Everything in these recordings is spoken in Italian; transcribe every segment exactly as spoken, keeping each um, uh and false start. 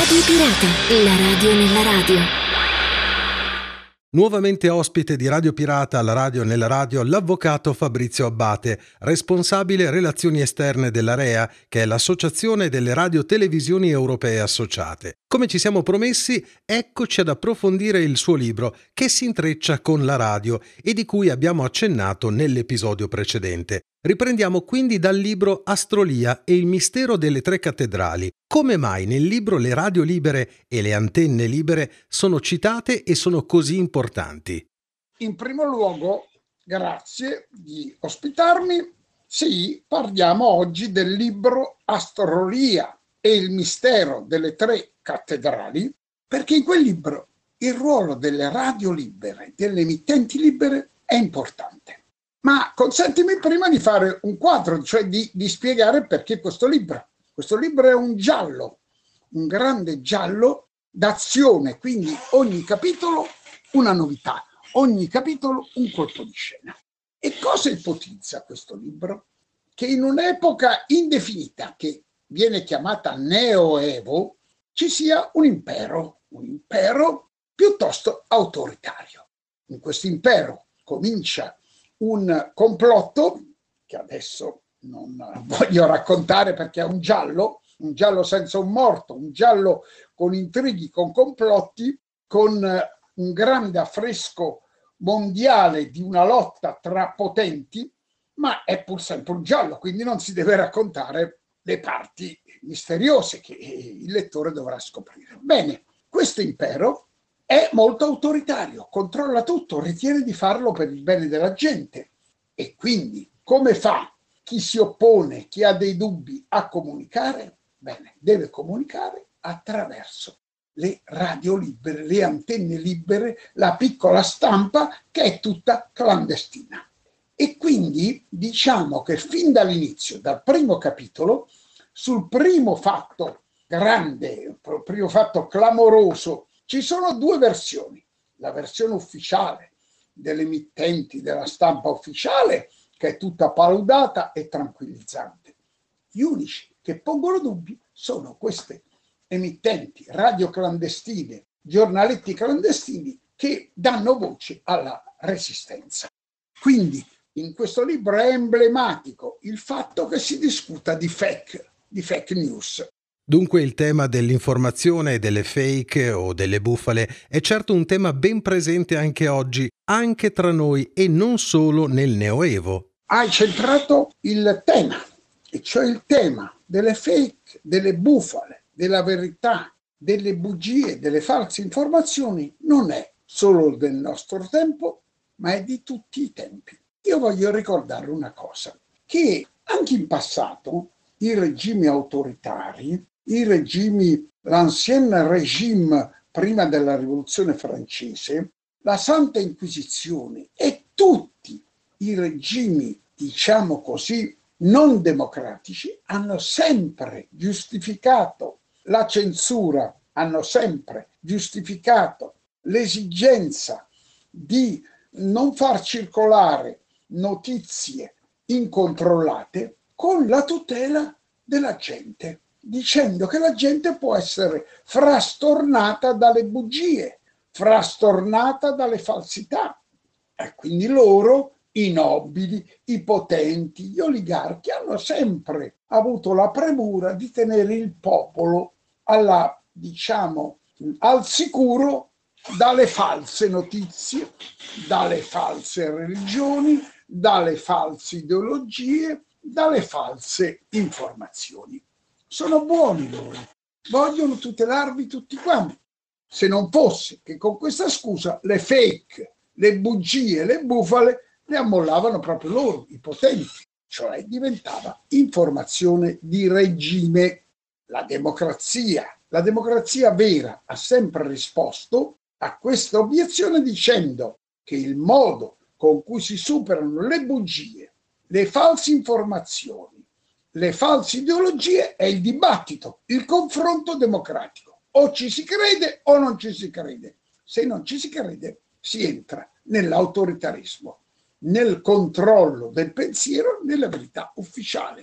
Radio Pirata, la radio nella radio. Nuovamente ospite di Radio Pirata alla radio nella radio l'avvocato Fabrizio Abbate, responsabile relazioni esterne dell'AREA, che è l'Associazione delle radiotelevisioni europee associate. Come ci siamo promessi, eccoci ad approfondire il suo libro che si intreccia con la radio e di cui abbiamo accennato nell'episodio precedente. Riprendiamo quindi dal libro Astrolia e il mistero delle tre cattedrali. Come mai nel libro le radio libere e le antenne libere sono citate e sono così importanti? In primo luogo, grazie di ospitarmi. Sì, parliamo oggi del libro Astrolia e il mistero delle tre cattedrali, perché in quel libro il ruolo delle radio libere, delle emittenti libere, è importante. Ma consentimi prima di fare un quadro, cioè di, di spiegare perché questo libro. Questo libro è un giallo, un grande giallo d'azione, quindi ogni capitolo una novità, ogni capitolo un colpo di scena. E cosa ipotizza questo libro? Che in un'epoca indefinita, che viene chiamata Neoevo, ci sia un impero, un impero piuttosto autoritario. In questo impero comincia un complotto che adesso non voglio raccontare perché è un giallo, un giallo senza un morto, un giallo con intrighi, con complotti, con un grande affresco mondiale di una lotta tra potenti, ma è pur sempre un giallo, quindi non si deve raccontare le parti misteriose che il lettore dovrà scoprire. Bene, questo impero è molto autoritario, controlla tutto, ritiene di farlo per il bene della gente e quindi come fa chi si oppone, chi ha dei dubbi a comunicare? Bene, deve comunicare attraverso le radio libere, le antenne libere, la piccola stampa che è tutta clandestina. E quindi diciamo che fin dall'inizio, dal primo capitolo, sul primo fatto grande, primo fatto clamoroso, ci sono due versioni. La versione ufficiale delle emittenti della stampa ufficiale, che è tutta paludata e tranquillizzante. Gli unici che pongono dubbi sono queste emittenti radio clandestine, giornaletti clandestini che danno voce alla resistenza. Quindi in questo libro è emblematico il fatto che si discuta di fake, di fake news. Dunque il tema dell'informazione, delle fake o delle bufale è certo un tema ben presente anche oggi, anche tra noi e non solo nel Neoevo. Hai centrato il tema, e cioè il tema delle fake, delle bufale, della verità, delle bugie, delle false informazioni, non è solo del nostro tempo, ma è di tutti i tempi. Io voglio ricordare una cosa, che anche in passato i regimi autoritari, i regimi, l'ancien régime prima della rivoluzione francese, la Santa Inquisizione e tutti i regimi, diciamo così, non democratici hanno sempre giustificato la censura, hanno sempre giustificato l'esigenza di non far circolare notizie incontrollate con la tutela della gente, dicendo che la gente può essere frastornata dalle bugie, frastornata dalle falsità. E quindi loro, i nobili, i potenti, gli oligarchi hanno sempre avuto la premura di tenere il popolo alla, diciamo, al sicuro dalle false notizie, dalle false religioni, dalle false ideologie, dalle false informazioni. Sono buoni loro, vogliono tutelarvi tutti quanti. Se non fosse che con questa scusa le fake, le bugie, le bufale le ammollavano proprio loro, i potenti, cioè diventava informazione di regime. La democrazia, la democrazia vera ha sempre risposto a questa obiezione dicendo che il modo con cui si superano le bugie, le false informazioni, le false ideologie è il dibattito, il confronto democratico. O ci si crede o non ci si crede. Se non ci si crede, si entra nell'autoritarismo, nel controllo del pensiero, nella verità ufficiale.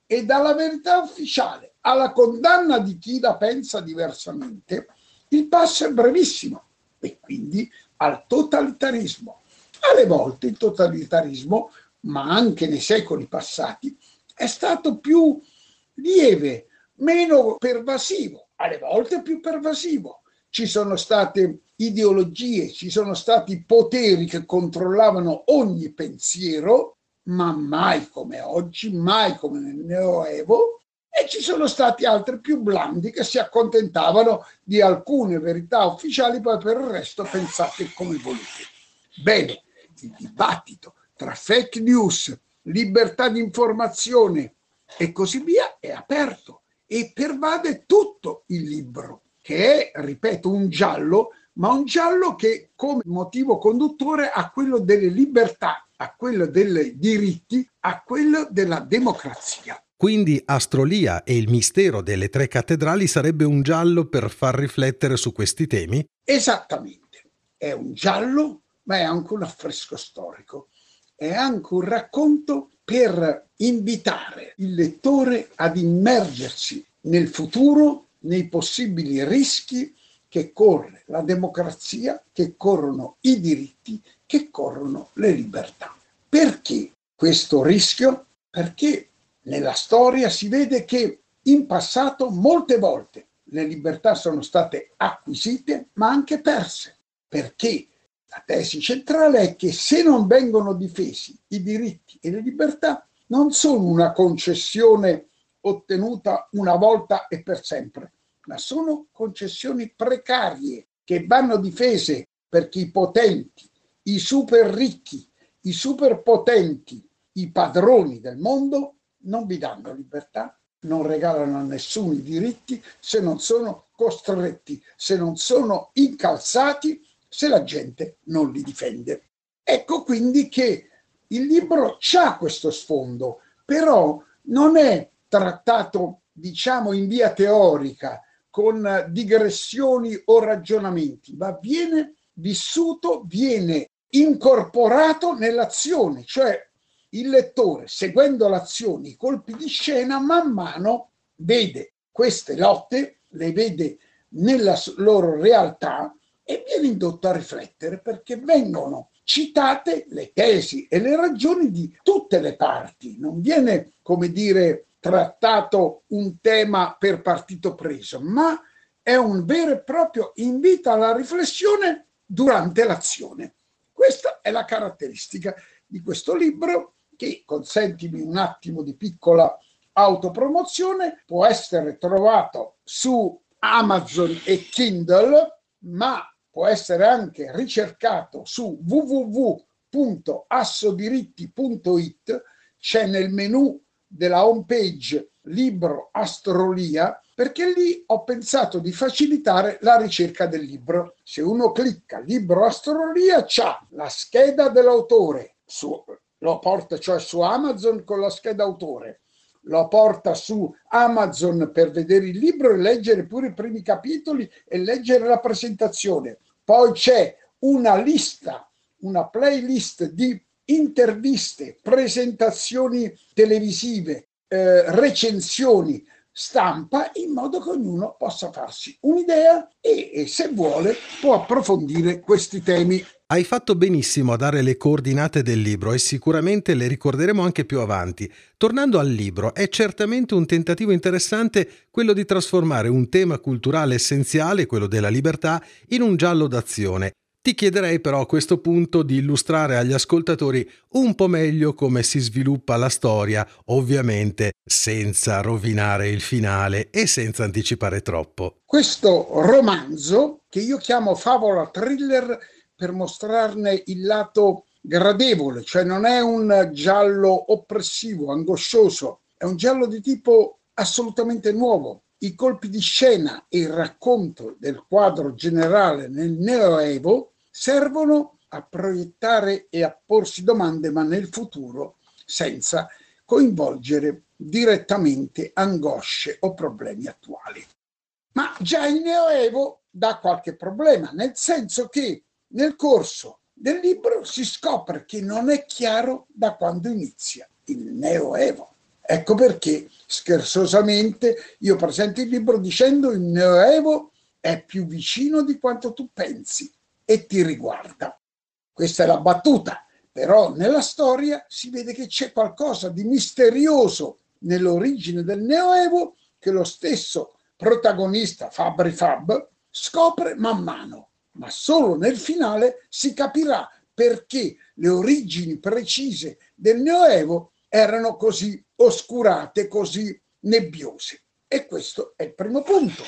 e dalla verità ufficiale alla condanna di chi la pensa diversamente, il passo è brevissimo, e quindi al totalitarismo. Alle volte il totalitarismo, ma anche nei secoli passati, è stato più lieve, meno pervasivo, alle volte più pervasivo. Ci sono state ideologie, ci sono stati poteri che controllavano ogni pensiero, ma mai come oggi, mai come nel Neoevo, e ci sono stati altri più blandi che si accontentavano di alcune verità ufficiali, poi per il resto pensate come volete. Bene, il dibattito tra fake news, libertà di informazione e così via è aperto e pervade tutto il libro, che è, ripeto, un giallo, ma un giallo che come motivo conduttore ha quello delle libertà, a quello dei diritti, a quello della democrazia. Quindi Astrolia e il mistero delle tre cattedrali sarebbe un giallo per far riflettere su questi temi? Esattamente, è un giallo, ma è anche un affresco storico, è anche un racconto per invitare il lettore ad immergersi nel futuro, nei possibili rischi che corre la democrazia, che corrono i diritti, che corrono le libertà. Perché questo rischio? Perché nella storia si vede che in passato molte volte le libertà sono state acquisite ma anche perse, perché la tesi centrale è che se non vengono difesi i diritti e le libertà non sono una concessione ottenuta una volta e per sempre, ma sono concessioni precarie che vanno difese perché i potenti, i super ricchi, i super potenti, i padroni del mondo non vi danno libertà, non regalano a nessuno i diritti se non sono costretti, se non sono incalzati, se la gente non li difende. Ecco quindi che il libro c'ha questo sfondo, però non è trattato, diciamo, in via teorica, con digressioni o ragionamenti, ma viene vissuto, viene incorporato nell'azione, cioè il lettore, seguendo l'azione, i colpi di scena, man mano vede queste lotte, le vede nella loro realtà e viene indotto a riflettere, perché vengono citate le tesi e le ragioni di tutte le parti. Non viene, come dire, trattato un tema per partito preso, ma è un vero e proprio invito alla riflessione durante l'azione. Questa è la caratteristica di questo libro che, consentimi un attimo di piccola autopromozione, può essere trovato su Amazon e Kindle, ma può essere anche ricercato su w w w punto assodiritti punto i t, c'è nel menu della homepage libro Astrolia, perché lì ho pensato di facilitare la ricerca del libro. Se uno clicca libro Astrolia, c'ha la scheda dell'autore, su, lo porta cioè su Amazon con la scheda autore, lo porta su Amazon per vedere il libro e leggere pure i primi capitoli e leggere la presentazione. Poi c'è una lista, una playlist di interviste, presentazioni televisive, eh, recensioni, stampa, in modo che ognuno possa farsi un'idea e, e se vuole può approfondire questi temi. Hai fatto benissimo a dare le coordinate del libro e sicuramente le ricorderemo anche più avanti. Tornando al libro, è certamente un tentativo interessante quello di trasformare un tema culturale essenziale, quello della libertà, in un giallo d'azione. Ti chiederei però a questo punto di illustrare agli ascoltatori un po' meglio come si sviluppa la storia, ovviamente senza rovinare il finale e senza anticipare troppo. Questo romanzo, che io chiamo favola thriller per mostrarne il lato gradevole, cioè non è un giallo oppressivo, angoscioso, è un giallo di tipo assolutamente nuovo. I colpi di scena e il racconto del quadro generale nel Neoevo servono a proiettare e a porsi domande, ma nel futuro, senza coinvolgere direttamente angosce o problemi attuali. Ma già il Neoevo dà qualche problema, nel senso che nel corso del libro si scopre che non è chiaro da quando inizia il Neoevo. Ecco perché scherzosamente io presento il libro dicendo: il Medioevo è più vicino di quanto tu pensi e ti riguarda. Questa è la battuta, però nella storia si vede che c'è qualcosa di misterioso nell'origine del Medioevo che lo stesso protagonista Fabri Fab scopre man mano, ma solo nel finale si capirà perché le origini precise del Medioevo erano così oscurate, così nebbiose. E questo è il primo punto.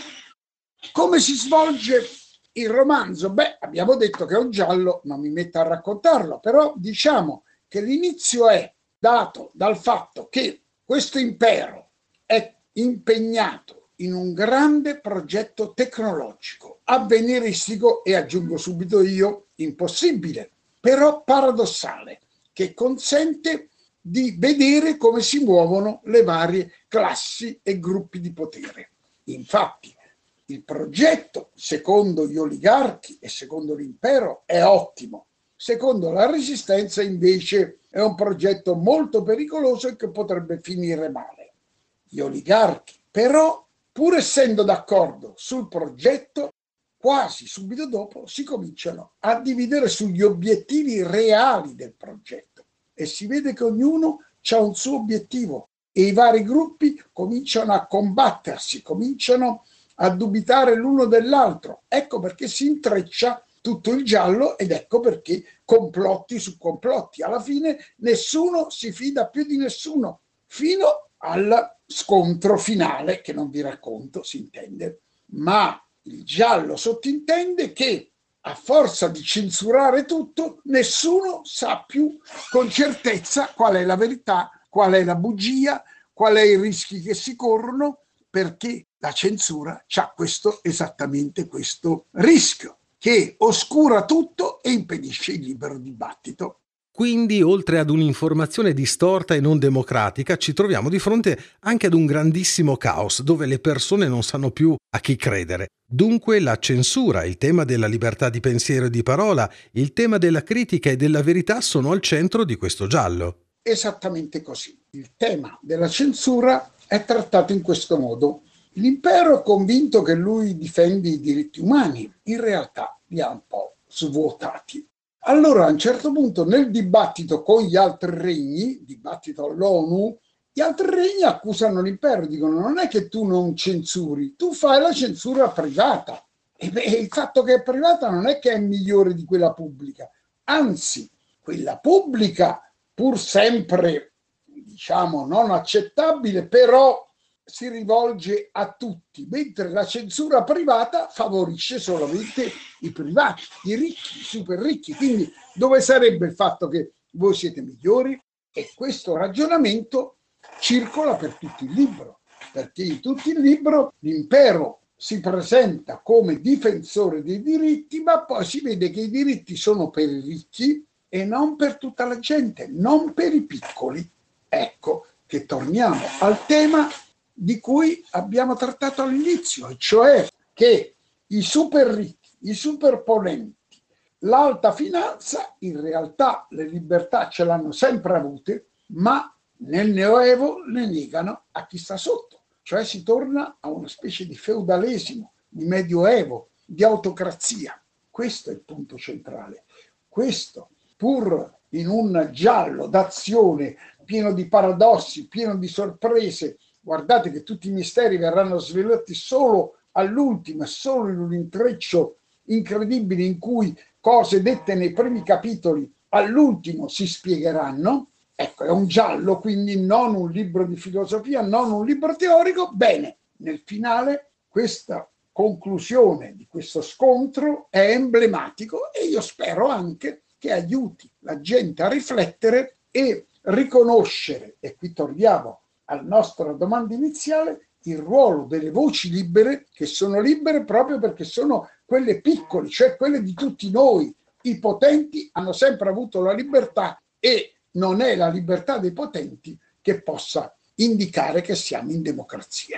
Come si svolge il romanzo? Beh, abbiamo detto che è un giallo, non mi metto a raccontarlo, però diciamo che l'inizio è dato dal fatto che questo impero è impegnato in un grande progetto tecnologico, avveniristico e, aggiungo subito io, impossibile, però paradossale, che consente di vedere come si muovono le varie classi e gruppi di potere. Infatti, il progetto, secondo gli oligarchi e secondo l'impero, è ottimo. Secondo la resistenza, invece, è un progetto molto pericoloso e che potrebbe finire male. Gli oligarchi, però, pur essendo d'accordo sul progetto, quasi subito dopo si cominciano a dividere sugli obiettivi reali del progetto e si vede che ognuno ha un suo obiettivo e i vari gruppi cominciano a combattersi, cominciano a dubitare l'uno dell'altro. Ecco perché si intreccia tutto il giallo ed ecco perché complotti su complotti. Alla fine nessuno si fida più di nessuno, fino al scontro finale, che non vi racconto, si intende. Ma il giallo sottintende che a forza di censurare tutto, nessuno sa più con certezza qual è la verità, qual è la bugia, qual è i rischi che si corrono, perché la censura ha questo, esattamente questo rischio, che oscura tutto e impedisce il libero dibattito. Quindi, oltre ad un'informazione distorta e non democratica, ci troviamo di fronte anche ad un grandissimo caos, dove le persone non sanno più a chi credere. Dunque la censura, il tema della libertà di pensiero e di parola, il tema della critica e della verità sono al centro di questo giallo. Esattamente così. Il tema della censura è trattato in questo modo. L'impero è convinto che lui difende i diritti umani, in realtà li ha un po' svuotati. Allora, a un certo punto, nel dibattito con gli altri regni, dibattito all'ONU, gli altri regni accusano l'impero, dicono: non è che tu non censuri, tu fai la censura privata. E beh, il fatto che è privata non è che è migliore di quella pubblica, anzi, quella pubblica, pur sempre, diciamo, non accettabile, però si rivolge a tutti, mentre la censura privata favorisce solamente i privati, i ricchi, i super ricchi. Quindi dove sarebbe il fatto che voi siete migliori? E questo ragionamento circola per tutto il libro, perché in tutto il libro l'impero si presenta come difensore dei diritti, ma poi si vede che i diritti sono per i ricchi e non per tutta la gente, non per i piccoli. Ecco che torniamo al tema di cui abbiamo trattato all'inizio, e cioè che i super ricchi, i super ponenti, l'alta finanza, in realtà le libertà ce l'hanno sempre avute, ma nel Medioevo le negano a chi sta sotto. Cioè si torna a una specie di feudalesimo, di medioevo, di autocrazia. Questo è il punto centrale. Questo, pur in un giallo d'azione pieno di paradossi, pieno di sorprese. Guardate che tutti i misteri verranno svelati solo all'ultimo, solo in un intreccio incredibile in cui cose dette nei primi capitoli all'ultimo si spiegheranno. Ecco, è un giallo, quindi non un libro di filosofia, non un libro teorico. Bene, nel finale questa conclusione di questo scontro è emblematico e io spero anche che aiuti la gente a riflettere e riconoscere, e qui torniamo alla nostra domanda iniziale, il ruolo delle voci libere, che sono libere proprio perché sono quelle piccole, cioè quelle di tutti noi. I potenti hanno sempre avuto la libertà e non è la libertà dei potenti che possa indicare che siamo in democrazia.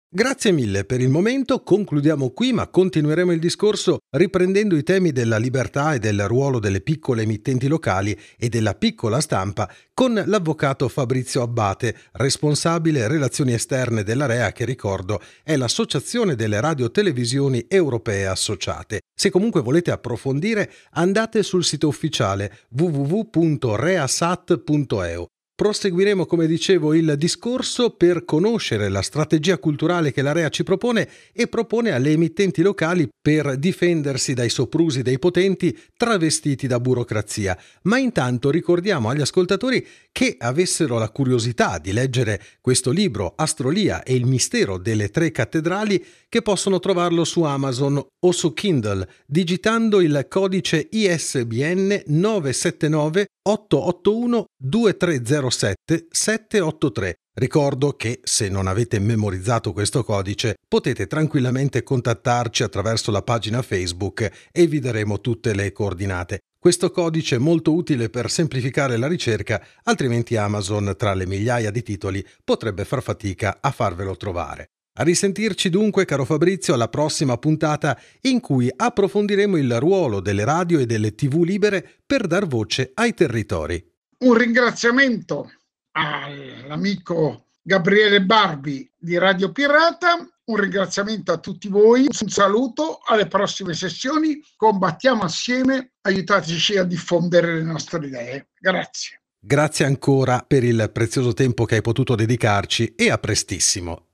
Grazie mille per il momento, concludiamo qui, ma continueremo il discorso riprendendo i temi della libertà e del ruolo delle piccole emittenti locali e della piccola stampa con l'avvocato Fabrizio Abbate, responsabile relazioni esterne dell'Area, che ricordo è l'associazione delle radiotelevisioni europee associate. Se comunque volete approfondire, andate sul sito ufficiale w w w punto reasat punto e u. Proseguiremo, come dicevo, il discorso per conoscere la strategia culturale che l'Area ci propone e propone alle emittenti locali per difendersi dai soprusi dei potenti travestiti da burocrazia. Ma intanto ricordiamo agli ascoltatori che avessero la curiosità di leggere questo libro, Astrolia e il mistero delle tre cattedrali, che possono trovarlo su Amazon o su Kindle, digitando il codice I S B N nove sette nove otto otto uno due tre zero sette sette otto tre. Ricordo che se non avete memorizzato questo codice potete tranquillamente contattarci attraverso la pagina Facebook e vi daremo tutte le coordinate. Questo codice è molto utile per semplificare la ricerca, altrimenti Amazon, tra le migliaia di titoli, potrebbe far fatica a farvelo trovare. A risentirci dunque, caro Fabrizio, alla prossima puntata in cui approfondiremo il ruolo delle radio e delle tivù libere per dar voce ai territori. Un ringraziamento all'amico Gabriele Barbi di Radio Pirata, un ringraziamento a tutti voi, un saluto, alle prossime sessioni, combattiamo assieme, aiutateci a diffondere le nostre idee. Grazie. Grazie ancora per il prezioso tempo che hai potuto dedicarci e a prestissimo.